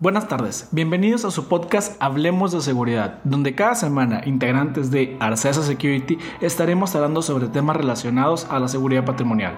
Buenas tardes, bienvenidos a su podcast Hablemos de Seguridad, donde cada semana integrantes de Arcesa Security estaremos hablando sobre temas relacionados a la seguridad patrimonial.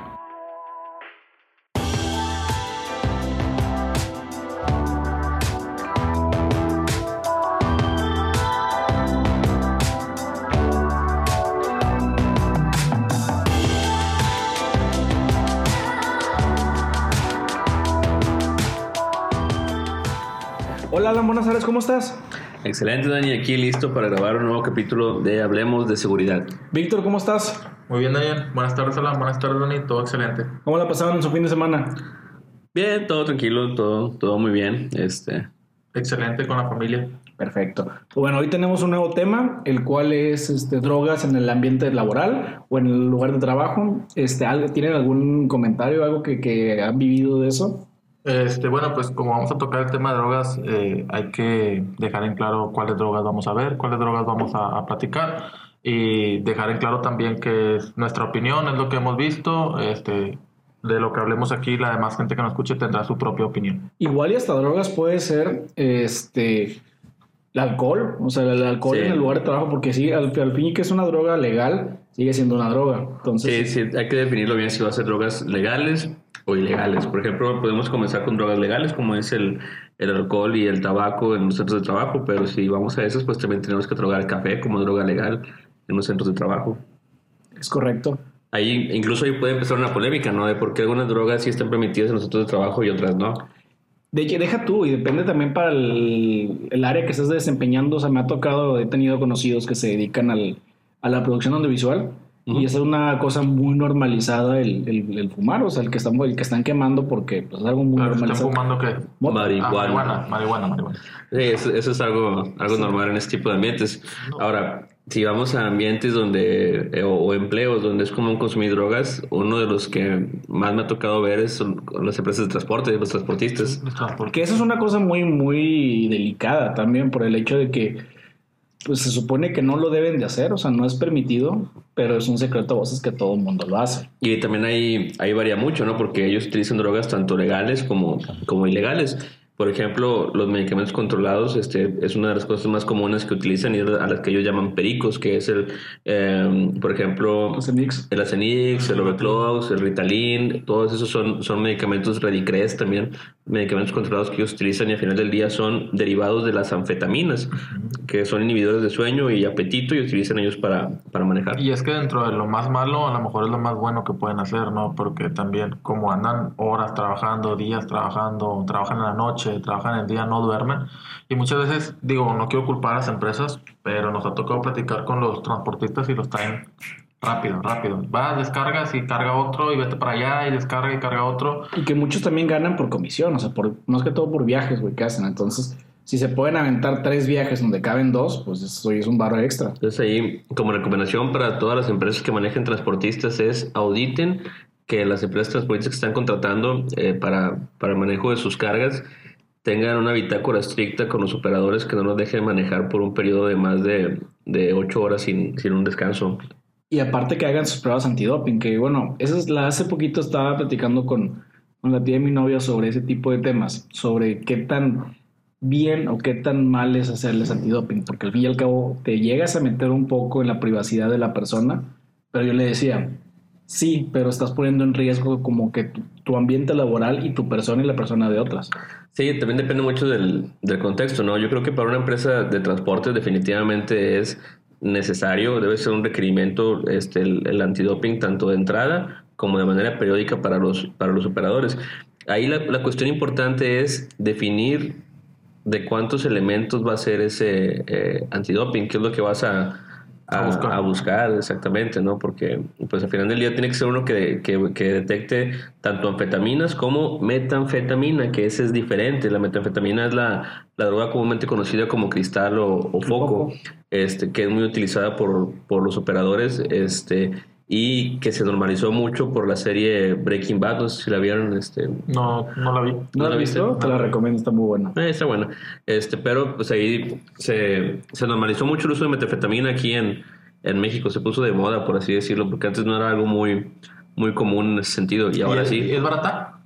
Hola Alan, buenas tardes, ¿cómo estás? Excelente, Dani, aquí listo para grabar un nuevo capítulo de Hablemos de Seguridad. Víctor, ¿cómo estás? Muy bien, Daniel. Buenas tardes, Alan. Buenas tardes, Dani. Todo excelente. ¿Cómo la pasaron en su fin de semana? Bien, todo tranquilo, todo muy bien. Excelente con la familia. Perfecto. Bueno, hoy tenemos un nuevo tema, el cual es drogas en el ambiente laboral o en el lugar de trabajo. ¿Tienen algún comentario, algo que han vivido de eso? Bueno, pues como vamos a tocar el tema de drogas, hay que dejar en claro cuáles drogas vamos a ver, cuáles drogas vamos a platicar y dejar en claro también que es nuestra opinión, es lo que hemos visto, de lo que hablemos aquí, la demás gente que nos escuche tendrá su propia opinión. Igual y hasta drogas puede ser el alcohol, o sea, el alcohol Sí. en el lugar de trabajo, porque sí, al fin y que es una droga legal, sigue siendo una droga. Entonces, Sí, hay que definirlo bien si va a ser drogas legales o ilegales. Por ejemplo, podemos comenzar con drogas legales, como es el alcohol y el tabaco en los centros de trabajo, pero si vamos a esas, pues también tenemos que drogar café como droga legal en los centros de trabajo. es correcto. Incluso ahí puede empezar una polémica, ¿no? De por qué algunas drogas sí están permitidas en los centros de trabajo y otras no. Deja tú, y depende también para el área que estés desempeñando. O sea, me ha tocado, he tenido conocidos que se dedican a la producción audiovisual. Uh-huh. Y es una cosa muy normalizada el fumar, o sea, el que están quemando porque pues, es algo muy Claro, normalizado. ¿están fumando qué? Marihuana. Marihuana. Sí, eso es algo normal en este tipo de ambientes. Ahora, si vamos a ambientes donde o empleos donde es común consumir drogas, uno de los que más me ha tocado ver son las empresas de transporte, los transportistas. Porque eso es una cosa muy, muy delicada también por el hecho de que pues se supone que no lo deben de hacer, o sea, no es permitido, pero es un secreto a voces que todo el mundo lo hace. Y también ahí varía mucho, ¿no? Porque ellos utilizan drogas tanto legales como ilegales. Por ejemplo, los medicamentos controlados es una de las cosas más comunes que utilizan y a las que ellos llaman pericos, que es por ejemplo, el Acenix, el Overclox, el Ritalin, todos esos son medicamentos Radicres también, medicamentos controlados que ellos utilizan y al final del día son derivados de las anfetaminas, que son inhibidores de sueño y apetito y utilizan ellos para manejar. Y es que dentro de lo más malo, a lo mejor es lo más bueno que pueden hacer, ¿no? Porque también como andan horas trabajando, días trabajando, trabajan en la noche, trabajan el día, no duermen. Y muchas veces, no quiero culpar a las empresas, pero nos ha tocado platicar con los transportistas y los traen rápido. Vas, descargas y carga otro y vete para allá y descarga y carga otro. Y que muchos también ganan por comisión, o sea, más que todo por viajes, güey, que hacen. Entonces, si se pueden aventar 3 viajes donde caben 2, pues eso es un varo extra. Entonces ahí, como recomendación para todas las empresas que manejen transportistas es auditen que las empresas transportistas que están contratando para el manejo de sus cargas tengan una bitácora estricta con los operadores que no nos dejen manejar por un periodo de más de 8 horas sin un descanso. Y aparte que hagan sus pruebas antidoping, que bueno, hace poquito estaba platicando con la tía de mi novia sobre ese tipo de temas, sobre qué tan bien o qué tan mal es hacerles antidoping, porque al fin y al cabo te llegas a meter un poco en la privacidad de la persona, pero yo le decía, sí, pero estás poniendo en riesgo como que tu ambiente laboral y tu persona y la persona de otras. Sí, también depende mucho del contexto, ¿no? Yo creo que para una empresa de transporte definitivamente es necesario, debe ser un requerimiento el antidoping tanto de entrada como de manera periódica para los operadores. Ahí la cuestión importante es definir de cuántos elementos va a ser ese antidoping, qué es lo que vas a buscar exactamente, ¿no? Porque pues al final del día tiene que ser uno que detecte tanto anfetaminas como metanfetamina, que ese es diferente. La metanfetamina es la droga comúnmente conocida como cristal o foco, que es muy utilizada por los operadores, y que se normalizó mucho por la serie Breaking Bad. No sé si la vieron. No la vi. ¿No la viste? Te la recomiendo, está muy buena. Está buena. Pero pues ahí se normalizó mucho el uso de metanfetamina aquí en México. Se puso de moda, por así decirlo, porque antes no era algo muy, muy común en ese sentido. Y ahora sí. ¿Es barata?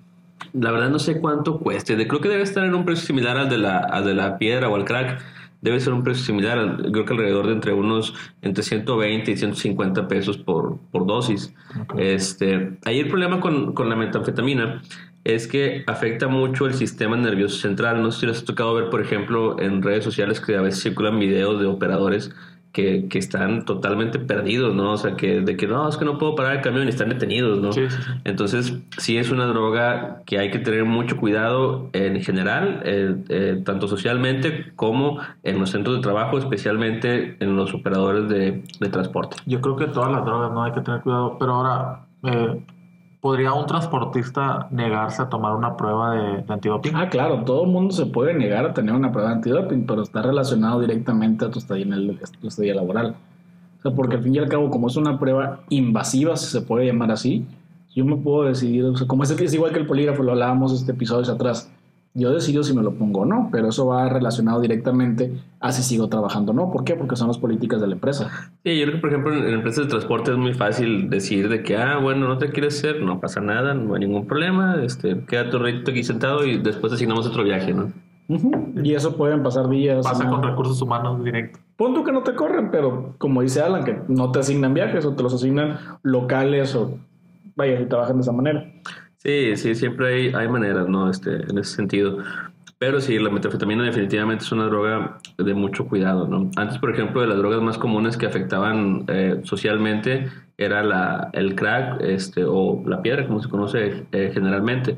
La verdad no sé cuánto cueste. Creo que debe estar en un precio similar al de la piedra o al crack. Debe ser un precio similar. Creo que alrededor de entre 120 y 150 pesos por dosis. Okay. Ahí el problema con la metanfetamina es que afecta mucho el sistema nervioso central. No sé si les ha tocado ver, por ejemplo, en redes sociales que a veces circulan videos de operadores que están totalmente perdidos, ¿no? O sea, de que no, es que no puedo parar el camión y están detenidos, ¿no? Sí. Entonces, sí es una droga que hay que tener mucho cuidado en general, tanto socialmente como en los centros de trabajo, especialmente en los operadores de transporte. Yo creo que todas las drogas no hay que tener cuidado, pero ahora, ¿podría un transportista negarse a tomar una prueba de antidoping? Claro, todo el mundo se puede negar a tener una prueba de antidoping, pero está relacionado directamente a tu estadía laboral. O sea, porque al fin y al cabo, como es una prueba invasiva, si se puede llamar así, yo me puedo decidir, o sea, como es igual que el polígrafo, lo hablábamos episodios atrás, yo decido si me lo pongo o no, pero eso va relacionado directamente a si sigo trabajando o no. ¿Por qué? Porque son las políticas de la empresa. Sí, yo creo que, por ejemplo, en empresas de transporte es muy fácil decir de que, bueno, no te quieres hacer, no pasa nada, no hay ningún problema, quédate un ratito aquí sentado y después asignamos otro viaje, ¿no? Y eso pueden pasar días. Pasa con recursos humanos directo. Punto que no te corren, pero como dice Alan, que no te asignan viajes o te los asignan locales o vaya, si trabajan de esa manera. Sí, siempre hay maneras, ¿no? En ese sentido. Pero sí, la metanfetamina definitivamente es una droga de mucho cuidado, ¿no? Antes, por ejemplo, de las drogas más comunes que afectaban socialmente era el crack o la piedra, como se conoce generalmente,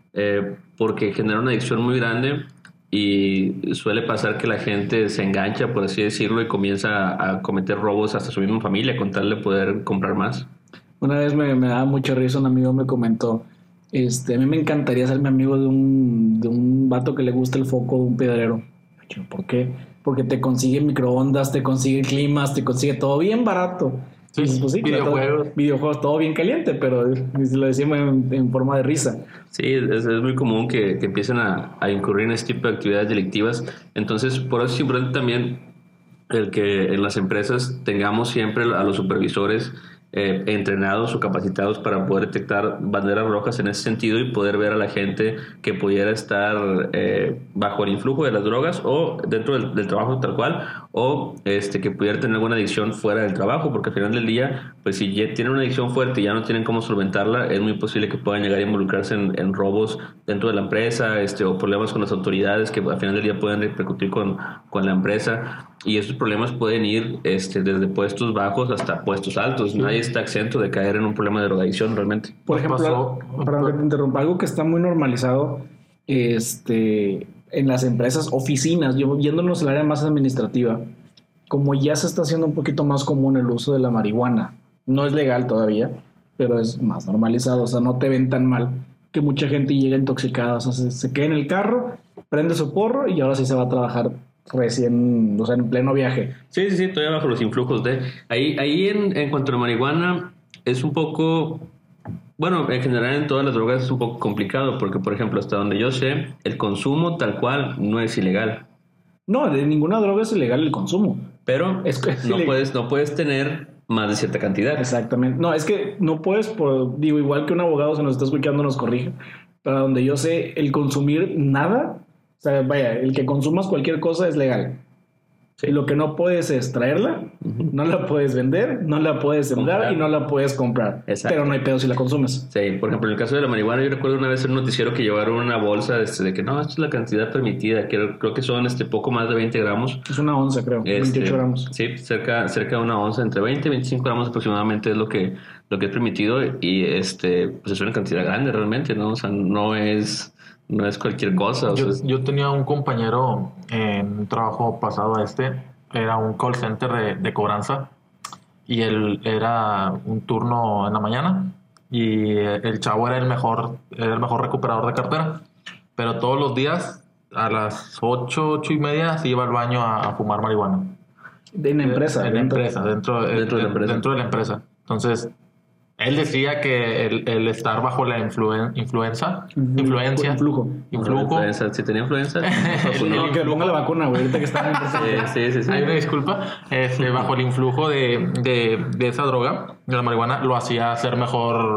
porque genera una adicción muy grande y suele pasar que la gente se engancha, por así decirlo, y comienza a cometer robos hasta su misma familia con tal de poder comprar más. Una vez me daba mucha risa, un amigo me comentó, a mí me encantaría serme amigo de un vato que le gusta el foco de un piedrero. ¿Por qué? Porque te consigue microondas, te consigue climas, te consigue todo bien barato. Sí, pues sí, videojuegos, todo bien caliente, pero lo decimos en forma de risa. Sí, es muy común que empiecen a incurrir en este tipo de actividades delictivas. Entonces, por eso es importante también el que en las empresas tengamos siempre a los supervisores entrenados o capacitados para poder detectar banderas rojas en ese sentido y poder ver a la gente que pudiera estar bajo el influjo de las drogas o dentro del trabajo tal cual, o que pudiera tener alguna adicción fuera del trabajo, porque al final del día, pues si ya tienen una adicción fuerte y ya no tienen cómo solventarla, es muy posible que puedan llegar a involucrarse en robos dentro de la empresa, o problemas con las autoridades que al final del día pueden repercutir con la empresa. Y esos problemas pueden ir desde puestos bajos hasta puestos altos. Nadie está exento de caer en un problema de drogadicción realmente. Por ejemplo, perdón que te interrumpa, algo que está muy normalizado en las empresas, oficinas, yéndonos al área más administrativa, como ya se está haciendo un poquito más común el uso de la marihuana. No es legal todavía, pero es más normalizado. O sea, no te ven tan mal que mucha gente llega intoxicada. O sea, se queda en el carro, prende su porro y ahora sí se va a trabajar recién, o sea, en pleno viaje. Sí, todavía bajo los influjos de... Ahí en cuanto a la marihuana es un poco... Bueno, en general en todas las drogas es un poco complicado porque, por ejemplo, hasta donde yo sé, el consumo tal cual no es ilegal. No, de ninguna droga es ilegal el consumo. Pero no puedes tener más de cierta cantidad. Exactamente. No, es que no puedes, igual que un abogado se nos está escuchando nos corrige, para donde yo sé, el consumir nada... O sea, vaya, el que consumas cualquier cosa es legal. Sí. Lo que no puedes es traerla, no la puedes vender, no la puedes sembrar y no la puedes comprar. Exacto. Pero no hay pedo si la consumes. Sí, por ejemplo, en el caso de la marihuana, yo recuerdo una vez en un noticiero que llevaron una bolsa de que no, esta es la cantidad permitida, que creo que son poco más de 20 gramos. Es una onza, creo, 28 gramos. Sí, cerca de una onza, entre 20 y 25 gramos aproximadamente es lo que es permitido y pues es una cantidad grande realmente, ¿no? O sea, no es cualquier cosa. Yo tenía un compañero en un trabajo pasado era un call center de cobranza y él era un turno en la mañana y el chavo era el mejor recuperador de cartera, pero todos los días a las 8:30 se iba al baño a fumar marihuana. En la empresa. Dentro de la empresa. Entonces, él decía que el estar bajo la influencia. Si tenía influenza. No, que ponga la vacuna, güey. Ahorita que está en Sí. Hay una disculpa. Bajo el influjo de esa droga, de la marihuana, lo hacía ser mejor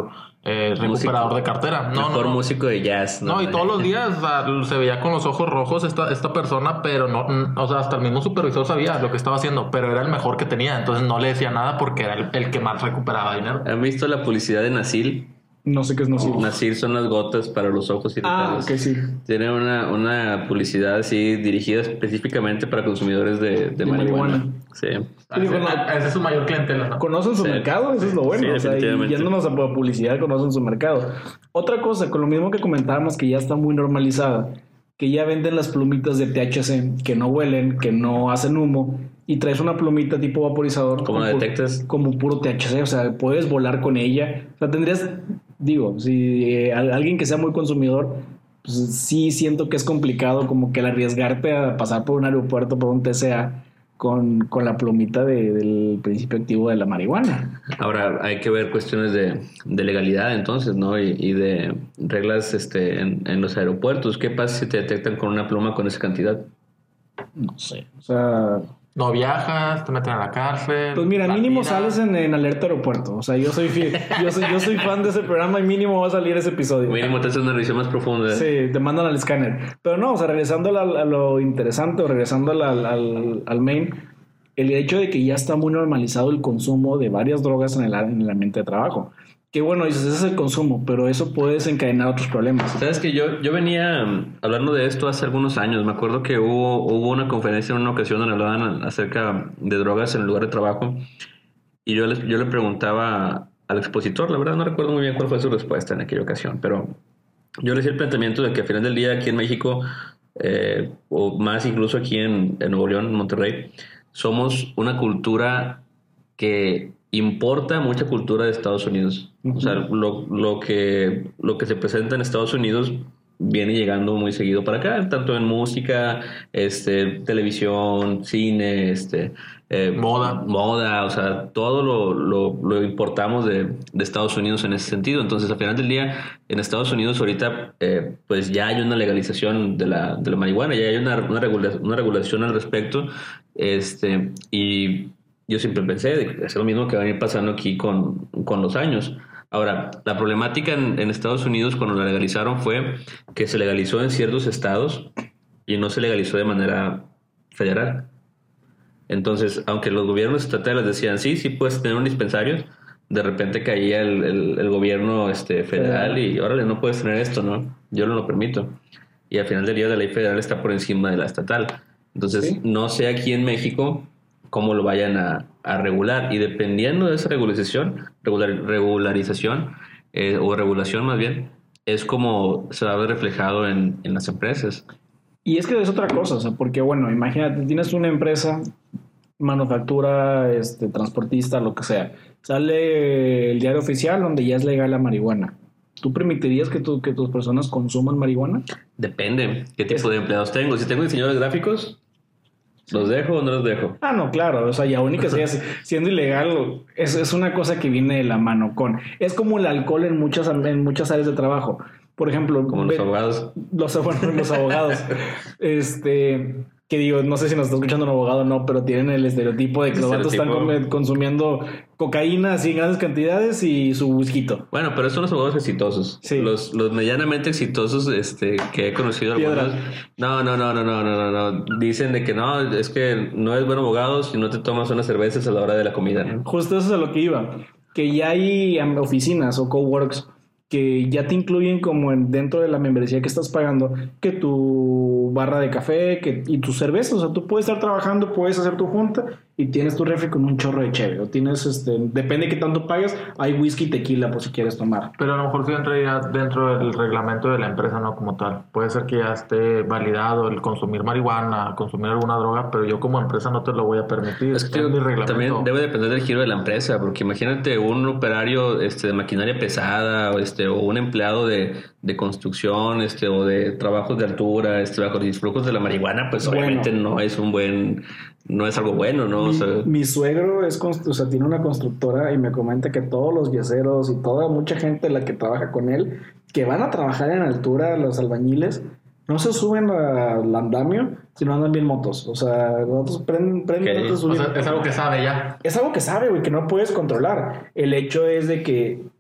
recuperador de cartera. Mejor músico de jazz. No, y todos los días se veía con los ojos rojos esta persona, pero no, o sea, hasta el mismo supervisor sabía lo que estaba haciendo, pero era el mejor que tenía, entonces no le decía nada porque era el que más recuperaba dinero. ¿Han visto la publicidad de Nasil? No sé qué es Nasil. Nasil son las gotas para los ojos irritados. Ok, sí. Tiene una publicidad así dirigida específicamente para consumidores de marihuana. Sí. Ese es su mayor clientela, ¿no? Conocen su mercado, eso es lo bueno. Sí, o sea, y yéndonos a publicidad, conocen su mercado. Otra cosa, con lo mismo que comentábamos, que ya está muy normalizada, que ya venden las plumitas de THC, que no huelen, que no hacen humo, y traes una plumita tipo vaporizador. ¿Cómo la detectas? Como puro THC, o sea, puedes volar con ella. O sea, tendrías, digo, si alguien que sea muy consumidor, pues sí siento que es complicado como que el arriesgarte a pasar por un aeropuerto, por un TCA, con la plumita del principio activo de la marihuana. Ahora hay que ver cuestiones de legalidad entonces, ¿no? Y de reglas en los aeropuertos. ¿Qué pasa si te detectan con una pluma con esa cantidad? No sé, o sea... No viajas, te meten a la cárcel. Pues mira, mínimo sales en Alerta Aeropuerto. O sea, yo soy fan de ese programa y mínimo va a salir ese episodio. Mínimo te haces una revisión más profunda. Sí, te mandan al escáner. Pero no, o sea, regresando a lo interesante o regresando al main, el hecho de que ya está muy normalizado el consumo de varias drogas en el ambiente de trabajo. Que bueno, dices, ese es el consumo, pero eso puede desencadenar otros problemas. Sabes que yo venía hablando de esto hace algunos años. Me acuerdo que hubo una conferencia en una ocasión donde hablaban acerca de drogas en el lugar de trabajo. Y yo le preguntaba al expositor, la verdad no recuerdo muy bien cuál fue su respuesta en aquella ocasión, pero yo le hacía el planteamiento de que al final del día aquí en México, o más incluso aquí en Nuevo León, en Monterrey, somos una cultura que importa mucha cultura de Estados Unidos. O sea, lo que se presenta en Estados Unidos viene llegando muy seguido para acá, tanto en música, televisión, cine, moda, o sea, todo lo importamos de Estados Unidos en ese sentido. Entonces, al final del día, en Estados Unidos ahorita, pues ya hay una legalización de la marihuana, ya hay una regulación al respecto, y yo siempre pensé de hacer lo mismo que va a ir pasando aquí con los años. Ahora, la problemática en Estados Unidos cuando la legalizaron fue que se legalizó en ciertos estados y no se legalizó de manera federal. Entonces, aunque los gobiernos estatales decían, sí puedes tener un dispensario, de repente caía el gobierno federal y órale, no puedes tener esto, ¿no? Yo no lo permito. Y al final del día la ley federal está por encima de la estatal. Entonces, ¿sí? No sé aquí en México cómo lo vayan a regular, y dependiendo de esa regularización o regulación más bien, es como se va a ver reflejado en las empresas. Y es que es otra cosa, o sea, porque bueno, imagínate, tienes una empresa, manufactura, transportista, lo que sea, sale el diario oficial donde ya es legal la marihuana. ¿Tú permitirías que tus personas consuman marihuana? Depende qué tipo de empleados tengo. Si tengo diseñadores gráficos, ¿los dejo o no los dejo? Ah, no, claro. O sea, y aún y que siga siendo ilegal, es una cosa que viene de la mano con... Es como el alcohol en muchas áreas de trabajo. Por ejemplo... Como los abogados. Los abogados. Que digo, no sé si nos está escuchando un abogado o no, pero tienen el estereotipo de que los vatos están consumiendo cocaína así en grandes cantidades y su whisky. Bueno, pero estos son los abogados exitosos. Sí. Los medianamente exitosos que he conocido algunos. No. Dicen de que no, es que no es buen abogado si no te tomas unas cervezas a la hora de la comida, ¿no? Justo eso es a lo que iba. Que ya hay oficinas o coworks que ya te incluyen como dentro de la membresía que estás pagando, que tu barra de café y tu cerveza. O sea, tú puedes estar trabajando, puedes hacer tu junta y tienes tu refri con un chorro de cheve. O tienes, depende de qué tanto pagues, hay whisky y tequila por si quieres tomar. Pero a lo mejor sí entraría dentro del reglamento de la empresa, no como tal. Puede ser que ya esté validado el consumir marihuana, consumir alguna droga, pero yo como empresa no te lo voy a permitir. Es que mi reglamento. También debe depender del giro de la empresa, porque imagínate un operario de maquinaria pesada o un empleado de construcción o de trabajos de altura bajo los flujos de la marihuana, pues obviamente no es algo bueno, ¿no? Mi suegro tiene una constructora y me comenta que todos los yeseros y mucha gente la que trabaja con él, que van a trabajar en altura, los albañiles, no se suben al andamio, sino andan bien motos. O sea, nosotros prenden o sea, es algo que sabe ya. Es algo que sabe, güey, que no puedes controlar. El hecho es de que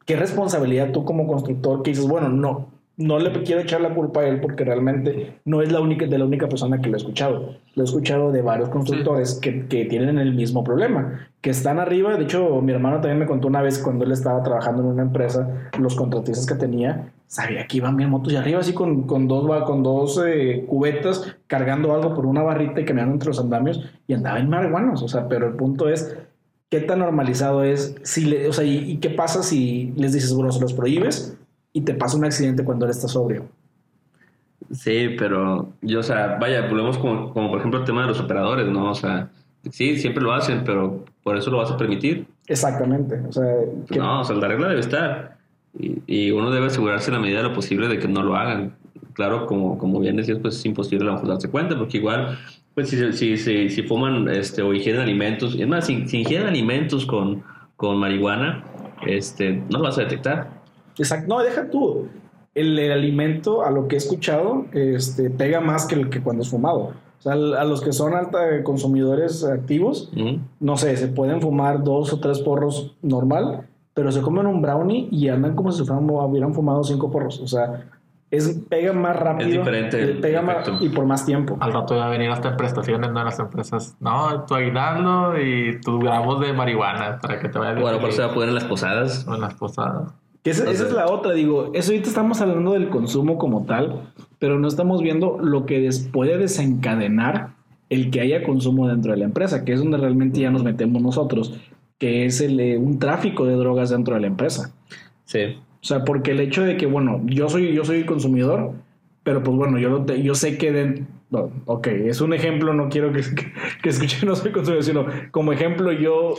qué responsabilidad tú como constructor que dices, bueno, no le quiero echar la culpa a él porque realmente no es la única persona que lo he escuchado. Lo he escuchado de varios constructores que tienen el mismo problema, que están arriba. De hecho, mi hermano también me contó una vez cuando él estaba trabajando en una empresa, los contratistas que tenía, sabía que iban bien motos y arriba así con dos cubetas cargando algo por una barrita y caminando entre los andamios y andaba en marihuanos. O sea, pero el punto es qué tan normalizado es, o sea, y qué pasa si les dices, bueno, se los prohíbes y te pasa un accidente cuando él está sobrio. Sí, pero yo, o sea, vaya, volvemos como por ejemplo el tema de los operadores, ¿no? O sea, sí, siempre lo hacen, pero por eso lo vas a permitir. Exactamente. O sea, No, o sea, la regla debe estar. Y uno debe asegurarse en la medida de lo posible de que no lo hagan. Claro, como bien decías, pues es imposible a lo mejor darse cuenta, porque igual, pues si fuman o ingieren alimentos, es más, si ingieren alimentos con marihuana, no lo vas a detectar. Exacto, no, deja tú. El alimento, a lo que he escuchado, pega más que el que cuando es fumado. O sea, a los que son alta consumidores activos, no sé, se pueden fumar 2 o 3 porros normal, pero se comen un brownie y andan como si hubieran fumado 5 porros. O sea, pega más rápido. Es diferente. Pega más y por más tiempo. Al rato va a venir hasta en prestaciones, ¿no? En las empresas. No, tu aguinaldo y tus gramos de marihuana para que te vayas. Bueno, por eso se va a poder en las posadas. O en las posadas. Esa es la otra, digo, eso ahorita estamos hablando del consumo como tal, pero no estamos viendo lo que puede desencadenar el que haya consumo dentro de la empresa, que es donde realmente ya nos metemos nosotros, que es un tráfico de drogas dentro de la empresa. Sí. O sea, porque el hecho de que, bueno, yo soy consumidor, pero pues bueno, yo sé que ok, es un ejemplo, no quiero que escuchen, no soy consumidor, sino como ejemplo yo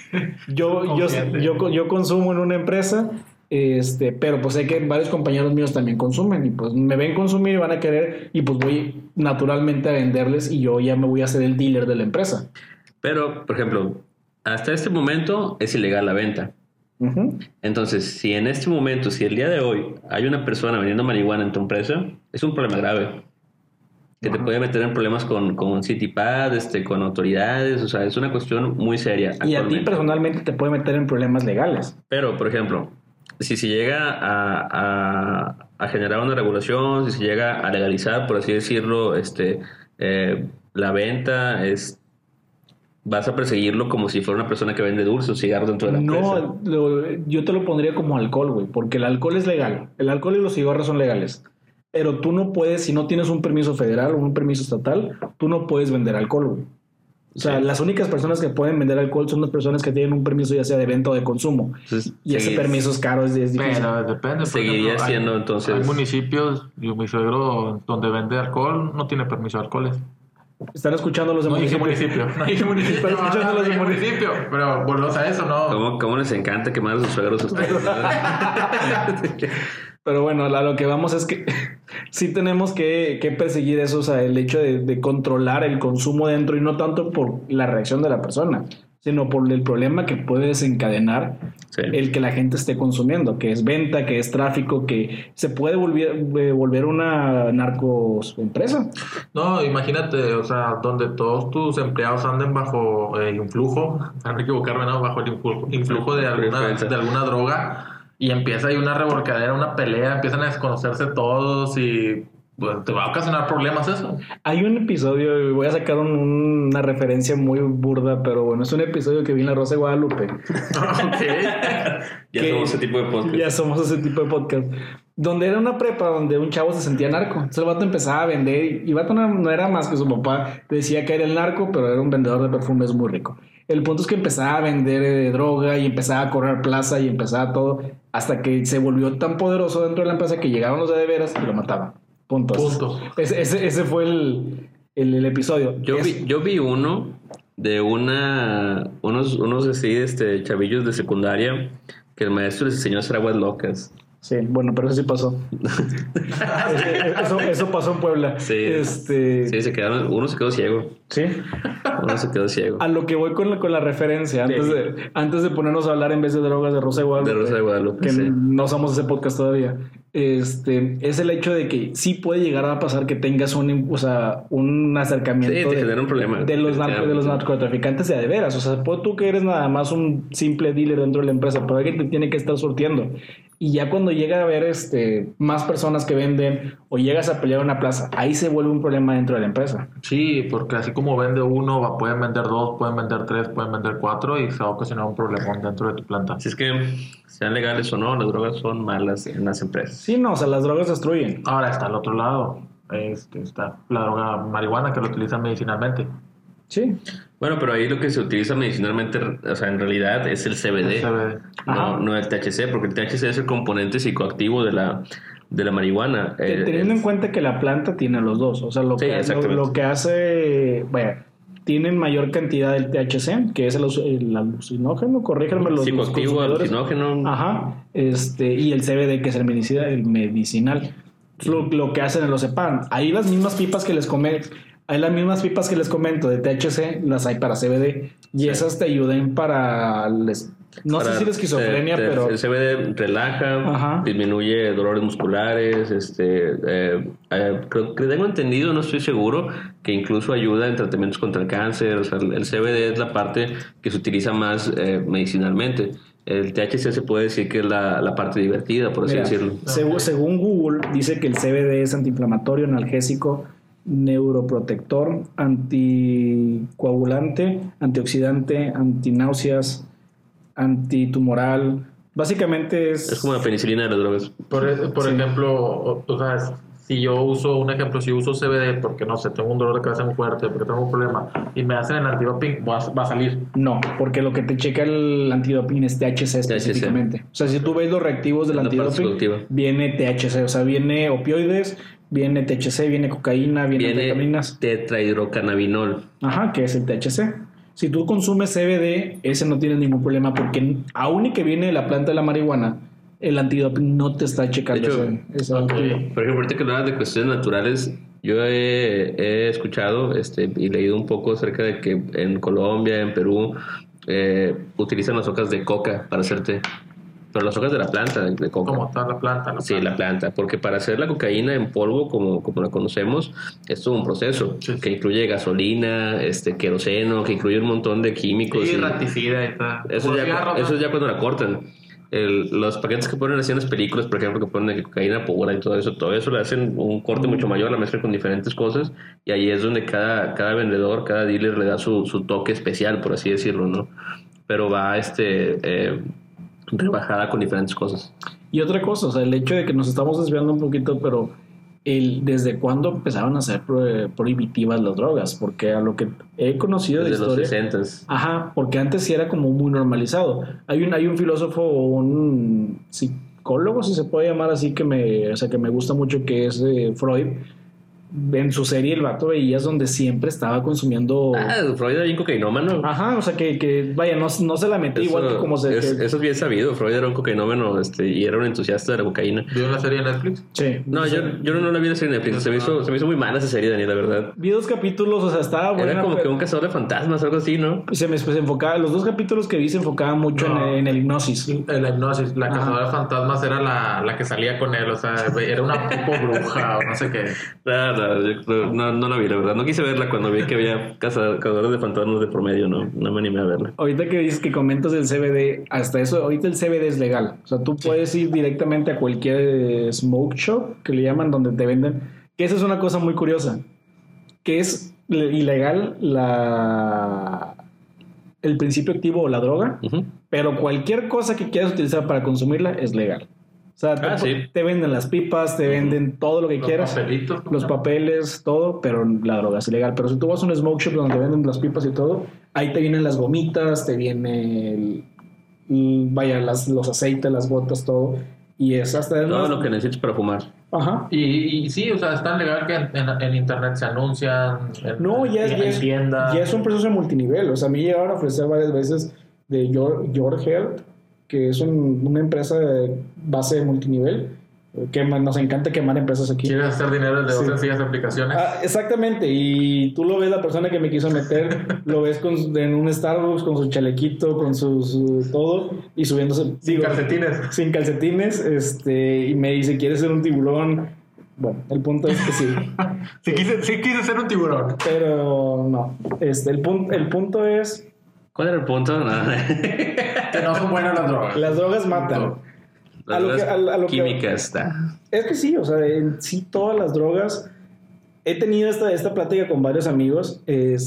consumo en una empresa. Pero pues sé que varios compañeros míos también consumen y pues me ven consumir y van a querer y pues voy naturalmente a venderles y yo ya me voy a hacer el dealer de la empresa. Pero, por ejemplo, hasta este momento es ilegal la venta. Uh-huh. Entonces, si en este momento, si el día de hoy hay una persona vendiendo marihuana en tu empresa, es un problema grave. Que te puede meter en problemas con CityPad, con autoridades, o sea, es una cuestión muy seria. Y a ti personalmente te puede meter en problemas legales. Pero, por ejemplo, si se llega a generar una regulación, si se llega a legalizar, por así decirlo, la venta, vas a perseguirlo como si fuera una persona que vende dulces o cigarros dentro de la empresa. No, yo te lo pondría como alcohol, güey, porque el alcohol es legal. El alcohol y los cigarros son legales. Pero tú no puedes, si no tienes un permiso federal o un permiso estatal, tú no puedes vender alcohol, güey. O sea, las únicas personas que pueden vender alcohol son las personas que tienen un permiso ya sea de venta o de consumo. Entonces, y ese permiso es caro, es difícil. Pero depende. Seguiría siendo entonces... Hay municipios, mi suegro, donde vende alcohol, no tiene permiso de alcoholes. Están escuchando los de municipio. No dije municipio. Están escuchando los de municipio. Pero volvemos a eso, ¿no? ¿Cómo les encanta quemar a sus suegros a ustedes? Pero bueno, a lo que vamos es que sí tenemos que perseguir eso, o sea, el hecho de controlar el consumo dentro y no tanto por la reacción de la persona, sino por el problema que puede desencadenar el que la gente esté consumiendo, que es venta, que es tráfico, que se puede volver una narcoempresa. No, imagínate, o sea, donde todos tus empleados anden bajo el influjo, para no equivocarme, ¿no? Bajo el influjo de alguna droga. Y empieza ahí una revolcadera, una pelea, empiezan a desconocerse todos y pues, te va a ocasionar problemas eso. Hay un episodio, voy a sacar una referencia muy burda, pero bueno, es un episodio que vi en La Rosa de Guadalupe. Ya somos ese tipo de podcast. Ya somos ese tipo de podcast. Donde era una prepa donde un chavo se sentía narco. Entonces el vato empezaba a vender y el vato no era más que su papá. Decía que era el narco, pero era un vendedor de perfumes muy rico. El punto es que empezaba a vender droga y empezaba a correr plaza y empezaba todo hasta que se volvió tan poderoso dentro de la empresa que llegaron los de veras y lo mataban. Punto. Ese fue el episodio. Yo vi uno de unos así, chavillos de secundaria que el maestro les enseñó a hacer aguas locas. O Sí, bueno, pero eso sí pasó. eso pasó en Puebla. Sí, sí, uno se quedó ciego. Sí. Uno se quedó ciego. A lo que voy con la referencia, antes de ponernos a hablar en vez de drogas de Rosa de Guadalupe. De Rosa de Guadalupe, que sí. no somos ese podcast todavía. Es el hecho de que sí puede llegar a pasar que tengas un acercamiento. Sí, te genera un problema. De los narcotraficantes de veras. O sea, tú que eres nada más un simple dealer dentro de la empresa, pero alguien te tiene que estar surtiendo. Y ya cuando llega a haber más personas que venden o llegas a pelear en una plaza, ahí se vuelve un problema dentro de la empresa. Sí, porque así como vende uno, pueden vender 2, pueden vender 3, pueden vender 4 y se va a ocasionar un problemón dentro de tu planta. Si es que sean legales o no, las drogas son malas en las empresas. Sí, no, o sea, las drogas destruyen. Ahora está al otro lado, está la droga marihuana que lo utilizan medicinalmente. Sí. Bueno, pero ahí lo que se utiliza medicinalmente, o sea, en realidad es el CBD, no el THC, porque el THC es el componente psicoactivo de la marihuana. Teniendo en cuenta que la planta tiene los dos, o sea, lo que hace, vaya, tienen mayor cantidad del THC, que es el alucinógeno, corríjanme los psicoactivo, alucinógeno. Ajá, y el CBD, que es el medicinal. Lo que hacen en los EPAN. Ahí las mismas pipas que les comento de THC, las hay para CBD. Y esas te ayudan para no sé si la esquizofrenia, pero el CBD relaja, disminuye dolores musculares, creo que tengo entendido, no estoy seguro, que incluso ayuda en tratamientos contra el cáncer. O sea, el CBD es la parte que se utiliza más medicinalmente. El THC se puede decir que es la parte divertida, por así decirlo. Según Google, dice que el CBD es antiinflamatorio, analgésico, neuroprotector, anticoagulante, antioxidante, antináuseas, antitumoral. Básicamente es como la penicilina de las drogas. Por ejemplo, o sea, si yo uso CBD porque no sé, tengo un dolor de cabeza muy fuerte, porque tengo un problema y me hacen el antidoping, va a salir. No, porque lo que te checa el antidoping es THC específicamente. O sea, si tú ves los reactivos del antidoping, viene THC, o sea, viene opioides, viene THC, viene cocaína, viene vitaminas. Tetrahidrocannabinol. Ajá, que es el THC. Si tú consumes CBD, ese no tiene ningún problema, porque aún y que viene de la planta de la marihuana, el antidoping no te está checando. De hecho, por ejemplo, ahorita que hablabas de cuestiones naturales, yo he escuchado y leído un poco acerca de que en Colombia, en Perú, utilizan las hojas de coca para hacer té. Pero las hojas de la planta de coca. Como está la planta. Sí, la planta. Porque para hacer la cocaína en polvo, como la conocemos, es todo un proceso que incluye gasolina, queroseno, que incluye un montón de químicos. Sí, raticida y tal. Eso es ya cuando la cortan. Los paquetes que ponen así en las películas, por ejemplo, que ponen cocaína pura y todo eso le hacen un corte mucho mayor, la mezclan con diferentes cosas, y ahí es donde cada vendedor, cada dealer le da su toque especial, por así decirlo, ¿no? Pero va rebajada con diferentes cosas. Y otra cosa, o sea, el hecho de que nos estamos desviando un poquito, pero ¿desde cuándo empezaron a ser prohibitivas las drogas? Porque a lo que he conocido desde de historia, los 60s. Ajá, porque antes sí era como muy normalizado. Hay un filósofo, un psicólogo, si se puede llamar así, que me gusta mucho, que es Freud. En su serie el vato veías donde siempre estaba consumiendo... Freud era un cocainómano. Ajá, o sea que vaya, no se la metí igual que como se... Eso es bien sabido. Freud era un cocainómano y era un entusiasta de la cocaína. ¿Vio la serie de Netflix? Sí. No, yo no la vi la serie de Netflix. Se me hizo muy mala esa serie, Daniel, la verdad. Vi 2 capítulos, o sea, estaba buena. Era como que un cazador de fantasmas, algo así, ¿no? Se enfocaba, los 2 capítulos que vi se enfocaban mucho en el hipnosis. En la hipnosis. La cazadora de fantasmas era la que salía con él, o sea, era una tipo bruja o no sé qué. No la vi, la verdad. No quise verla cuando vi que había cazadores de fantasmas de promedio, no me animé a verla. Ahorita que dices que comentas el CBD, hasta eso, ahorita el CBD es legal. O sea, tú puedes ir directamente a cualquier smoke shop, que le llaman, donde te venden. Que esa es una cosa muy curiosa. Que es ilegal el principio activo o la droga, pero cualquier cosa que quieras utilizar para consumirla es legal. O sea, te venden las pipas, te venden todo lo que quieras. Los papeles, todo, pero la droga es ilegal. Pero si tú vas a un smoke shop donde venden las pipas y todo, ahí te vienen las gomitas, te viene los aceites, las gotas, todo. Y es hasta... Todo lo que necesitas para fumar. Ajá. Y sí, o sea, es tan legal que en internet se anuncian. En tiendas. Ya es un proceso multinivel. O sea, a mí llegaron a ofrecer varias veces de Your Health, que es una empresa de base de multinivel, que nos encanta quemar empresas aquí. ¿Quieres hacer dinero de otras sillas de aplicaciones? Exactamente, y tú lo ves, la persona que me quiso meter, lo ves en un Starbucks con su chalequito, con su todo, y subiéndose... Sin calcetines. Sin calcetines, y me dice, ¿quieres ser un tiburón? Bueno, el punto es que sí. sí quise ser un tiburón. Pero no, el punto es... ¿Cuál era el punto? No. Que no son buenas las drogas. Las drogas matan. Las drogas químicas está. Es que sí, o sea, en sí todas las drogas. He tenido esta plática con varios amigos.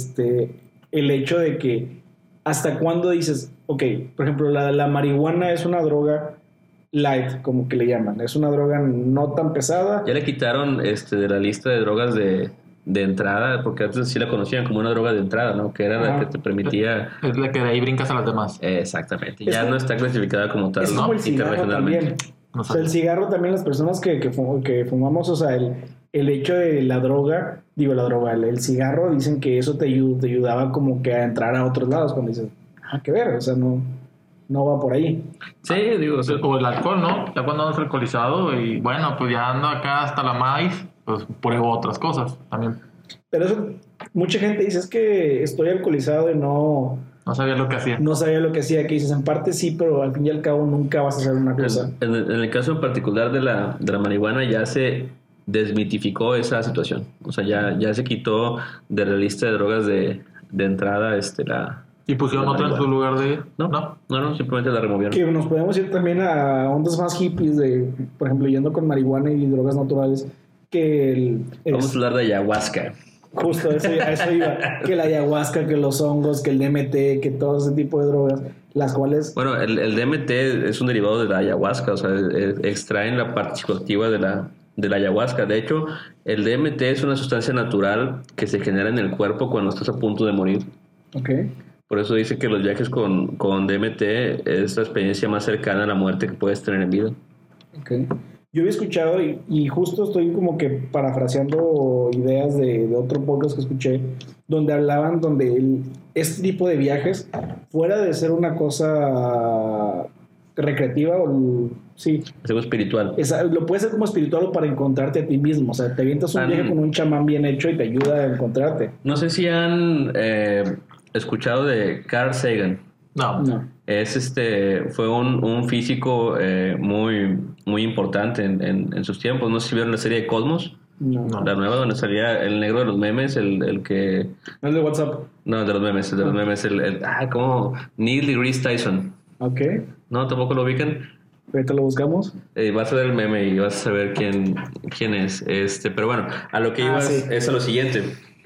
El hecho de que hasta cuándo dices, ok, por ejemplo, la marihuana es una droga light, como que le llaman. Es una droga no tan pesada. Ya le quitaron de la lista de drogas de entrada, porque antes sí la conocían como una droga de entrada, ¿no? Que era la que te permitía... Es la que de ahí brincas a las demás. Exactamente. Ya no está clasificada como tal, es ¿no? Como el cigarro también. No o sea, el cigarro también, las personas que fumamos, o sea, el hecho de la droga, el cigarro, dicen que eso te ayudaba como que a entrar a otros lados, cuando dices, qué ver, o sea, no va por ahí. Sí, digo... O el alcohol, ¿no? Ya cuando andas alcoholizado y bueno, pues ya ando acá hasta la maíz, pues pruebo otras cosas también. Pero eso, mucha gente dice, es que estoy alcoholizado y no sabía lo que hacía. No sabía lo que hacía, que dices, en parte sí, pero al fin y al cabo nunca vas a hacer una cosa. En el caso en particular de la marihuana ya se desmitificó esa situación. O sea, ya se quitó de la lista de drogas de entrada ¿Y pusieron otra en su lugar de...? No, simplemente la removieron. Que nos podemos ir también a ondas más hippies de, por ejemplo, yendo con marihuana y drogas naturales, que Vamos a hablar de ayahuasca. Justo, a eso iba. Que la ayahuasca, que los hongos, que el DMT, que todo ese tipo de drogas, las cuales... Bueno, el DMT es un derivado de la ayahuasca, o sea, extraen la parte psicoactiva de la ayahuasca. De hecho, el DMT es una sustancia natural que se genera en el cuerpo cuando estás a punto de morir. Ok. Por eso dice que los viajes con DMT es la experiencia más cercana a la muerte que puedes tener en vida. Ok. Yo había escuchado y justo estoy como que parafraseando ideas de otro podcast que escuché, donde hablaban este tipo de viajes, fuera de ser una cosa recreativa sí. Es algo espiritual. Lo puede ser como espiritual o para encontrarte a ti mismo. O sea, te avientas un viaje con un chamán bien hecho y te ayuda a encontrarte. No sé si han escuchado de Carl Sagan. No. Fue un físico muy, muy importante en sus tiempos. No sé si vieron la serie de Cosmos. No. La nueva donde salía el negro de los memes, el que... ¿No el de WhatsApp? No, el de los memes, ¿cómo? Neil deGrasse Tyson. Ok. ¿No? ¿Tampoco lo ubican? Ahorita lo buscamos. Vas a ver el meme y vas a saber quién es. Pero bueno, a lo que ibas es a lo siguiente.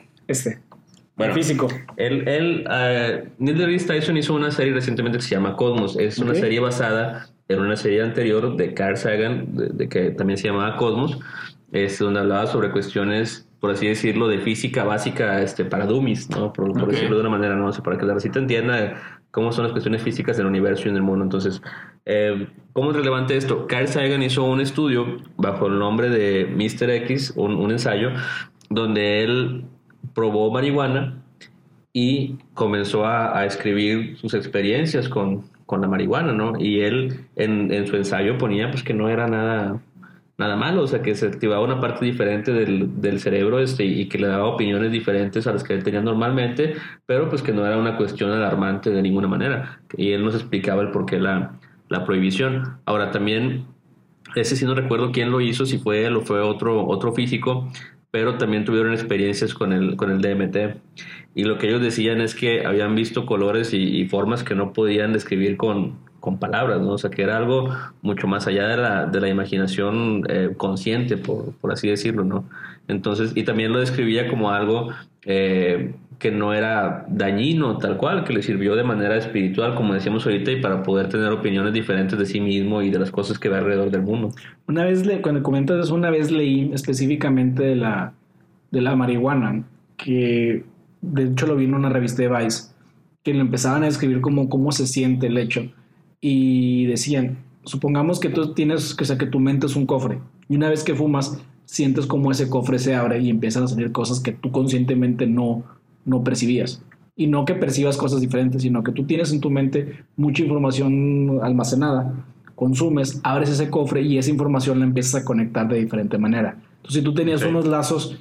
Bueno, físico. Neil deGrasse Tyson hizo una serie recientemente que se llama Cosmos. Es una serie basada en una serie anterior de Carl Sagan, de que también se llamaba Cosmos, donde hablaba sobre cuestiones, por así decirlo, de física básica para dummies, ¿no? Por decirlo de una manera, ¿no? O sea, para que la recita entienda cómo son las cuestiones físicas del universo y en el mundo. Entonces, ¿cómo es relevante esto? Carl Sagan hizo un estudio bajo el nombre de Mr. X, un ensayo, donde él probó marihuana y comenzó a escribir sus experiencias con la marihuana, ¿no? Y él en su ensayo ponía pues que no era nada malo, o sea, que se activaba una parte diferente del cerebro y que le daba opiniones diferentes a las que él tenía normalmente, pero pues que no era una cuestión alarmante de ninguna manera. Y él nos explicaba el por qué la prohibición. Ahora también, ese sí no recuerdo quién lo hizo, si fue él o fue otro físico, pero también tuvieron experiencias con el DMT. Y lo que ellos decían es que habían visto colores y formas que no podían describir con palabras, ¿no? O sea, que era algo mucho más allá de la imaginación consciente, por así decirlo, ¿no? Entonces, y también lo describía como algo que no era dañino, tal cual, que le sirvió de manera espiritual, como decíamos ahorita, y para poder tener opiniones diferentes de sí mismo y de las cosas que ve alrededor del mundo. Una vez, cuando comentas eso, una vez leí específicamente de la marihuana, que de hecho lo vi en una revista de Vice, que lo empezaban a describir como cómo se siente el hecho. Y decían, supongamos que tú tienes, que tu mente es un cofre, y una vez que fumas, sientes como ese cofre se abre y empiezan a salir cosas que tú conscientemente no percibías. y no que percibas cosas diferentes, sino que tú tienes en tu mente mucha información almacenada, consumes, abres ese cofre y esa información la empiezas a conectar de diferente manera. Entonces, si tú tenías unos lazos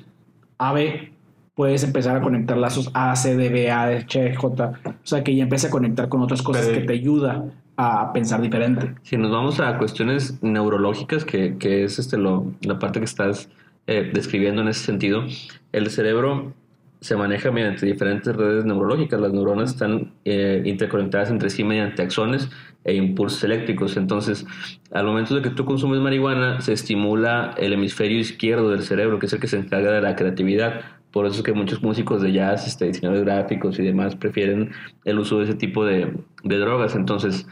AB, puedes empezar a conectar lazos A, C, D, B, A, H, J, o sea, que ya empieza a conectar con otras cosas que te ayuda a pensar diferente. Si nos vamos a cuestiones neurológicas, que es la parte que estás describiendo en ese sentido, el cerebro se maneja mediante diferentes redes neurológicas. Las neuronas están interconectadas entre sí mediante axones e impulsos eléctricos. Entonces, al momento de que tú consumes marihuana, se estimula el hemisferio izquierdo del cerebro, que es el que se encarga de la creatividad. Por eso es que muchos músicos de jazz, diseñadores gráficos y demás prefieren el uso de ese tipo de drogas. Entonces,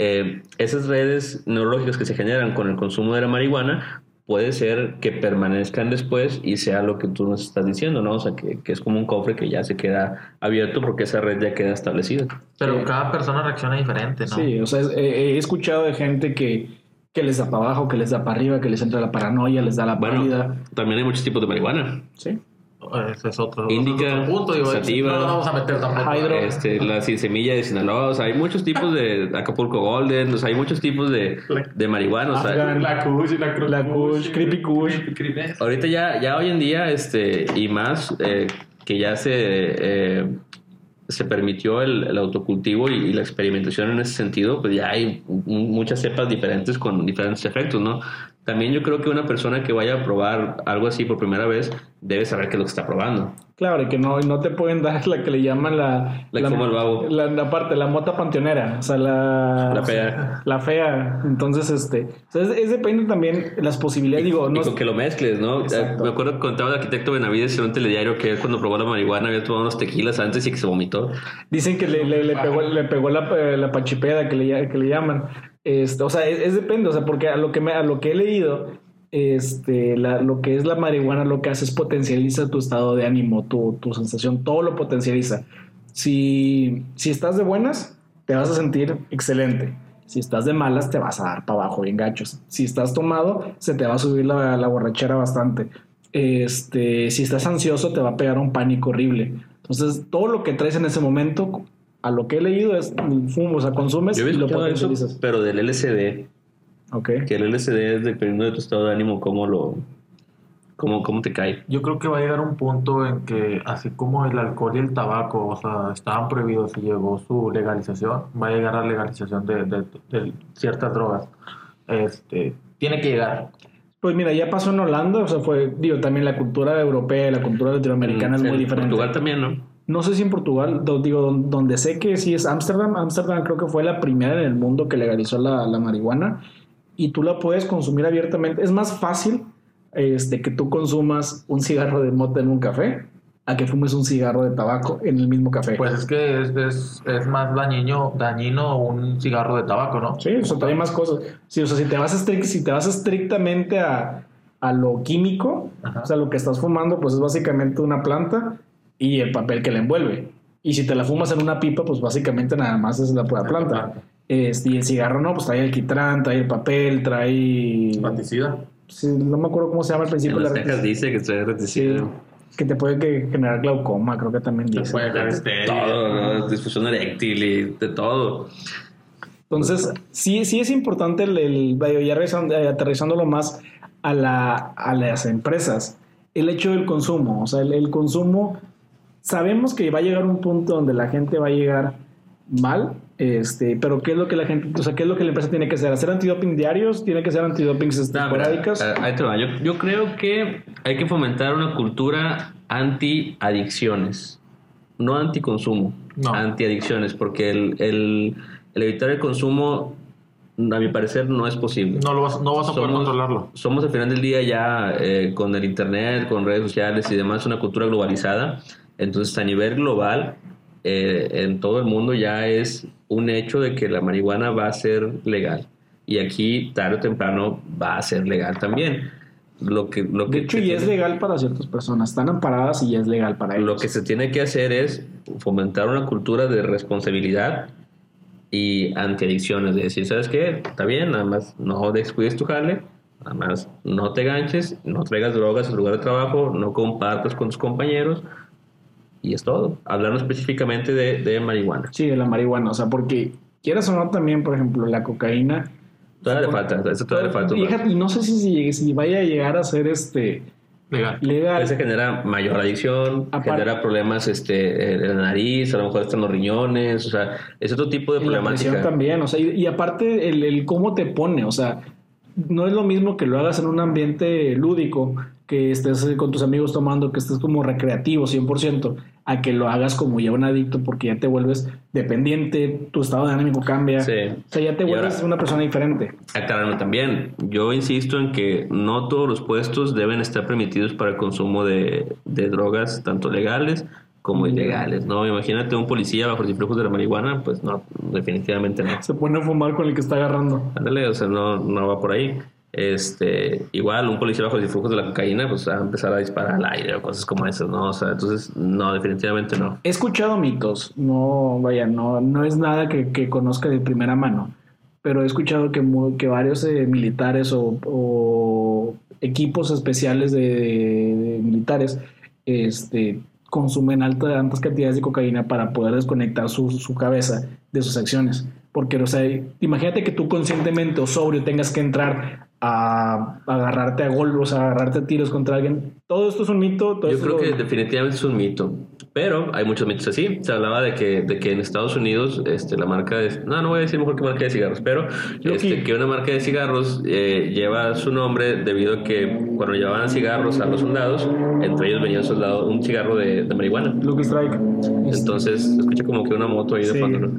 esas redes neurológicas que se generan con el consumo de la marihuana puede ser que permanezcan después y sea lo que tú nos estás diciendo, ¿no? O sea, que es como un cofre que ya se queda abierto porque esa red ya queda establecida. Pero cada persona reacciona diferente, ¿no? Sí, o sea, he escuchado de gente que les da para abajo, que les da para arriba, que les entra la paranoia, les da la pálida. Bueno, también hay muchos tipos de marihuana. Sí. Ese es otro Índica, punto. Digo, sativa, no lo vamos a meter tampoco. La sin semilla de Sinaloa. O sea, hay muchos tipos de Acapulco Golden. O sea, hay muchos tipos de marihuana. O sea, la Kush, Creepy Kush. Ahorita ya hoy en día, y más que ya se permitió el autocultivo y la experimentación en ese sentido, pues ya hay muchas cepas diferentes con diferentes efectos, ¿no? También yo creo que una persona que vaya a probar algo así por primera vez debe saber qué es lo que está probando. Claro, y que no te pueden dar la que le llaman la como el babo. La mota panteonera, o sea, la fea. La fea. Entonces, es depende también las posibilidades, digo, no. Y con que lo mezcles, ¿no? Me acuerdo que contaba el arquitecto Benavides en un telediario que él cuando probó la marihuana había tomado unos tequilas antes y que se vomitó. Dicen que le pegó la pachipeda que le llaman. O sea, es depende, o sea, porque a lo que he leído, lo que es la marihuana lo que hace es potencializa tu estado de ánimo, tu sensación, todo lo potencializa. Si estás de buenas, te vas a sentir excelente. Si estás de malas, te vas a dar para abajo bien gachos. Si estás tomado, se te va a subir la borrachera bastante. Si estás ansioso, te va a pegar un pánico horrible. Entonces, todo lo que traes en ese momento, a lo que he leído, es fumo, o sea, consumes y lo potencializas. Eso, pero del LSD. Okay. Que el LSD es dependiendo de tu estado de ánimo, cómo te cae. Yo creo que va a llegar un punto en que, así como el alcohol y el tabaco, o sea, estaban prohibidos y llegó su legalización, va a llegar la legalización de ciertas drogas. Tiene que llegar. Pues mira, ya pasó en Holanda, o sea, también la cultura europea y la cultura latinoamericana es muy diferente. En Portugal también, ¿no? No sé si en Portugal, donde sé que sí es Ámsterdam. Ámsterdam creo que fue la primera en el mundo que legalizó la marihuana y tú la puedes consumir abiertamente. Es más fácil que tú consumas un cigarro de mota en un café a que fumes un cigarro de tabaco en el mismo café. Pues es que es más dañino un cigarro de tabaco, ¿no? Sí, o sea, trae más cosas. Sí, o sea, si te vas estrictamente a lo químico, o sea, lo que estás fumando pues es básicamente una planta y el papel que la envuelve. Y si te la fumas en una pipa, pues básicamente nada más es la pura planta. Y el cigarro no, pues trae alquitrán, trae el papel, trae... Reticida. Sí, no me acuerdo cómo se llama al principio. En las cajas dice que trae reticida. Sí, que te puede generar glaucoma, creo que también dice. Te puede generar todo, ¿no? Disfunción eréctil y de todo. Entonces, sí es importante ya aterrizándolo más a las empresas, el hecho del consumo. O sea, el consumo, sabemos que va a llegar un punto donde la gente va a llegar mal, pero ¿qué es lo que la gente, o sea, qué es lo que la empresa tiene que hacer? ¿Hacer antidoping diarios? ¿Tiene que ser antidopings esporádicas? Ahí te va. Yo creo que hay que fomentar una cultura anti-adicciones, no anticonsumo, anti-adicciones, porque el evitar el consumo, a mi parecer, no es posible. No vas a poder controlarlo. Somos al final del día ya con el internet, con redes sociales y demás, una cultura globalizada. Entonces, a nivel global, en todo el mundo ya es un hecho de que la marihuana va a ser legal. Y aquí, tarde o temprano, va a ser legal también. De hecho, ya es legal para ciertas personas. Están amparadas y ya es legal para ellos. Lo que se tiene que hacer es fomentar una cultura de responsabilidad y antiadicciones. De decir, ¿sabes qué? Está bien, nada más no descuides tu jale, nada más no te ganches, no traigas drogas al lugar de trabajo, no compartas con tus compañeros. y es todo. Hablando específicamente de marihuana. Sí, de la marihuana, o sea, porque quieras o no también, por ejemplo, la cocaína. Todavía le falta, eso todavía le falta. Y no sé si vaya a llegar a ser legal. Se genera mayor adicción, genera problemas en la nariz, a lo mejor están los riñones, o sea, es otro tipo de problemática. La presión también, o sea, y aparte el cómo te pone, o sea, no es lo mismo que lo hagas en un ambiente lúdico, que estés con tus amigos tomando, que estés como recreativo 100%, a que lo hagas como ya un adicto porque ya te vuelves dependiente, tu estado dinámico cambia, sí. O sea, ya te vuelves una persona diferente. Aclararme también, yo insisto en que no todos los puestos deben estar permitidos para el consumo de drogas, tanto legales como ilegales, ¿no? Imagínate un policía bajo los influjos de la marihuana, pues no, definitivamente no. Se pone a fumar con el que está agarrando. Ándale, o sea, no va por ahí. Igual un policía bajo los influjos de la cocaína, pues va a empezar a disparar al aire o cosas como esas, ¿no? O sea, entonces, no, definitivamente no. He escuchado mitos, no es nada que conozca de primera mano, pero he escuchado que varios militares o equipos especiales de militares, consumen altas cantidades de cocaína para poder desconectar su cabeza de sus acciones. Porque, o sea, imagínate que tú conscientemente o sobrio tengas que entrar a agarrarte a golpes, o sea, agarrarte a tiros contra alguien. Todo esto es un mito. Yo creo que definitivamente es un mito. Pero hay muchos mitos así. Se hablaba de que en Estados Unidos la marca no voy a decir mejor qué marca de cigarros, pero que una marca de cigarros lleva su nombre debido a que cuando llevaban cigarros a los soldados, entre ellos venía un cigarro de marihuana. Lucky Strike. Entonces, escucha como que una moto ahí de fondo, ¿no?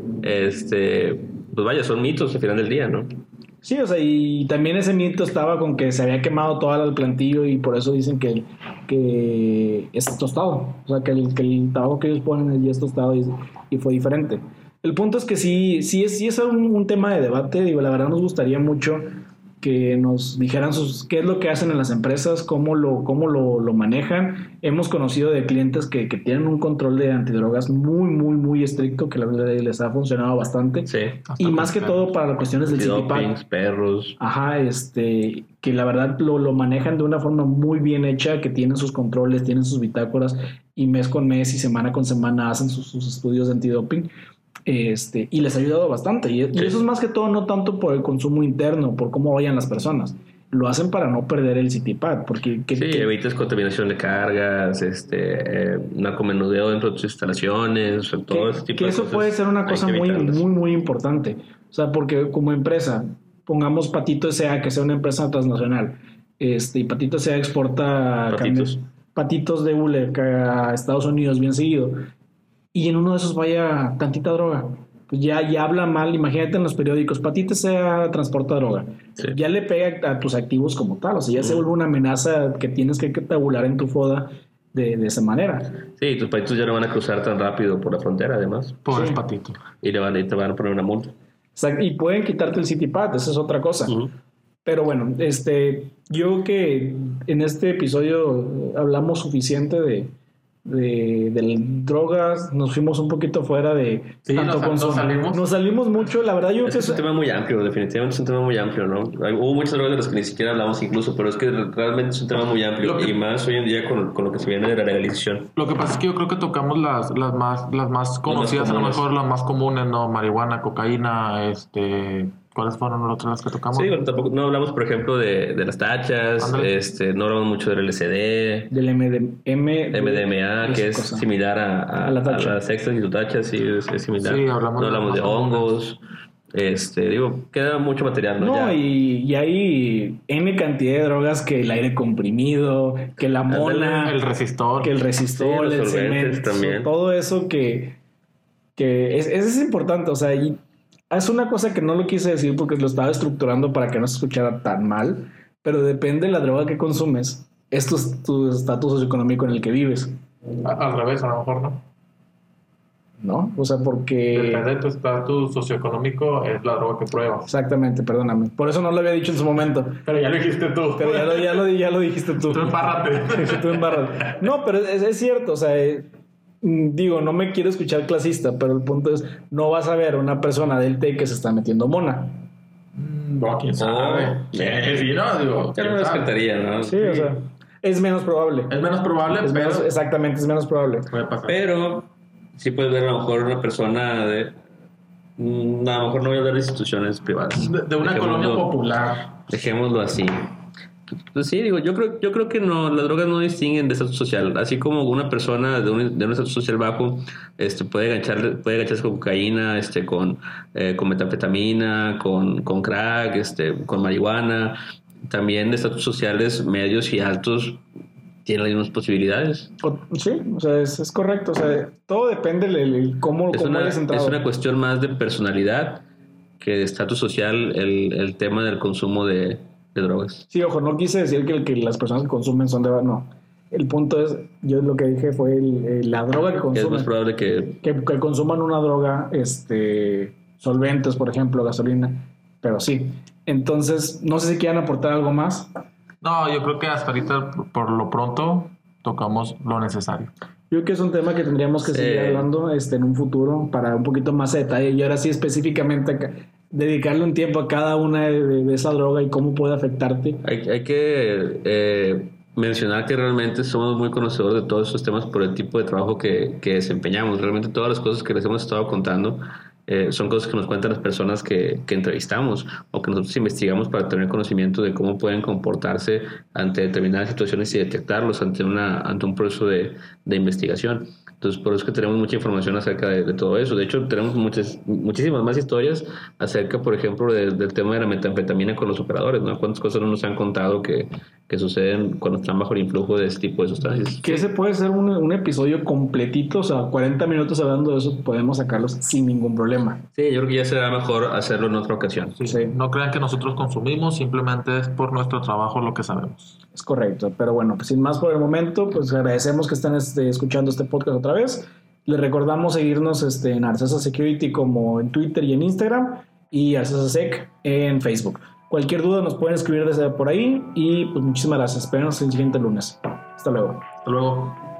Pues vaya, son mitos al final del día, ¿no? Sí, o sea, y también ese mito estaba con que se había quemado todo el plantillo y por eso dicen que es tostado. O sea, que el tabaco que ellos ponen ya es tostado y fue diferente. El punto es que sí es un tema de debate. Digo, la verdad nos gustaría mucho que nos dijeran qué es lo que hacen en las empresas, cómo lo manejan. Hemos conocido de clientes que tienen un control de antidrogas muy, muy, muy estricto, que la verdad les ha funcionado bastante. Sí. Y más que todo para las cuestiones del CityPack. Perros. Ajá, que la verdad lo manejan de una forma muy bien hecha, que tienen sus controles, tienen sus bitácoras, y mes con mes y semana con semana hacen sus estudios de antidoping. Y les ha ayudado bastante y eso es más que todo no tanto por el consumo interno, por cómo vayan las personas, lo hacen para no perder el CityPack, porque evitas contaminación de cargas, narcomenudeo dentro de tus instalaciones, todo ese tipo de cosas. Eso puede ser una cosa muy, muy, muy importante, o sea, porque como empresa, pongamos Patito S.A., que sea una empresa transnacional, y Patito S.A. exporta patitos de hule a Estados Unidos bien seguido, y en uno de esos vaya tantita droga, pues ya habla mal. Imagínate en los periódicos, Patito S.A. transporta droga, ya le pega a tus activos como tal, o sea, ya se vuelve una amenaza que tienes que tabular en tu FODA de esa manera. Sí, tus patitos ya no van a cruzar tan rápido por la frontera, además. Pobres patitos. Y te van a poner una multa. Exacto, y pueden quitarte el CityPack, esa es otra cosa. Pero bueno, yo creo que en este episodio hablamos suficiente de drogas, nos fuimos un poquito fuera de tanto consumo. Nos salimos mucho, la verdad. Yo creo que es un tema muy amplio, definitivamente es un tema muy amplio, ¿no? Hubo muchas drogas de las que ni siquiera hablamos incluso, pero es que realmente es un tema muy amplio y más hoy en día con lo que se viene de la legalización. Lo que pasa es que yo creo que tocamos las más conocidas, a lo mejor las más comunes, ¿no? Marihuana, cocaína, ¿cuáles fueron las otras que tocamos? Sí, tampoco, no hablamos, por ejemplo, de las tachas, no hablamos mucho del LSD, del MDMA, que es similar a las extras y sus tachas, sí, es similar. Sí, no hablamos de hongos, queda mucho material, ¿no? No, y hay N cantidad de drogas, que el aire comprimido, que la mona, el resistor, el cemento, también. Todo eso que es importante, o sea, es una cosa que no lo quise decir porque lo estaba estructurando para que no se escuchara tan mal, pero depende de la droga que consumes, esto es tu estatus socioeconómico en el que vives. Al revés, a lo mejor no. ¿No? O sea, porque... Depende de tu estatus socioeconómico, es la droga que pruebas. Exactamente, perdóname. Por eso no lo había dicho en su momento. Pero ya lo dijiste tú. Pero ya lo dijiste tú. Tú embárrate. No, pero es cierto, o sea... no me quiero escuchar clasista, pero el punto es, no vas a ver a una persona del TEC que se está metiendo mona. No, quién sabe. Sí, no, digo, ya no me descartaría, ¿no? Sí, o sea, Es menos probable. Es menos probable, pero Exactamente, es menos probable. puede pasar. Pero sí puedes ver a lo mejor una persona de... a lo mejor no voy a hablar de instituciones privadas. De una colonia popular. Dejémoslo así. Pues sí, digo, yo creo que no, las drogas no distinguen de estatus social. Así como una persona de un estatus social bajo puede agacharse con cocaína, con metanfetamina, con crack, con marihuana. También de estatus sociales medios y altos tienen las mismas posibilidades. Sí, o sea, es correcto. O sea, todo depende de cómo hayas entrado. Es una cuestión más de personalidad que de estatus social el tema del consumo de drogas. Sí, ojo, no quise decir que las personas que consumen son de... No, el punto es, yo lo que dije fue la droga que consumen. Es más probable que consuman una droga, solventes, por ejemplo, gasolina, pero sí. Entonces, no sé si quieran aportar algo más. No, yo creo que hasta ahorita, por lo pronto, tocamos lo necesario. Yo creo que es un tema que tendríamos que seguir hablando en un futuro para un poquito más de detalle y ahora sí específicamente dedicarle un tiempo a cada una de esa droga y cómo puede afectarte. Hay que mencionar que realmente somos muy conocedores de todos esos temas por el tipo de trabajo que desempeñamos. Realmente todas las cosas que les hemos estado contando son cosas que nos cuentan las personas que entrevistamos o que nosotros investigamos para tener conocimiento de cómo pueden comportarse ante determinadas situaciones y detectarlos ante un proceso de investigación. Entonces, por eso es que tenemos mucha información acerca de todo eso. De hecho, tenemos muchísimas más historias acerca, por ejemplo, del tema de la metanfetamina con los operadores, ¿no? ¿Cuántas cosas no nos han contado que suceden cuando están bajo el influjo de ese tipo de sustancias? Que ese puede ser un episodio completito, o sea, 40 minutos hablando de eso, podemos sacarlos sin ningún problema. Sí, yo creo que ya será mejor hacerlo en otra ocasión. Sí. No crean que nosotros consumimos, simplemente es por nuestro trabajo lo que sabemos. Es correcto, pero bueno, pues sin más por el momento, pues agradecemos que estén escuchando este podcast otra vez. Les recordamos seguirnos en Arcesa Security como en Twitter y en Instagram y Arcesa Sec en Facebook. Cualquier duda nos pueden escribir desde por ahí y pues muchísimas gracias. Espérenos el siguiente lunes. Hasta luego. Hasta luego.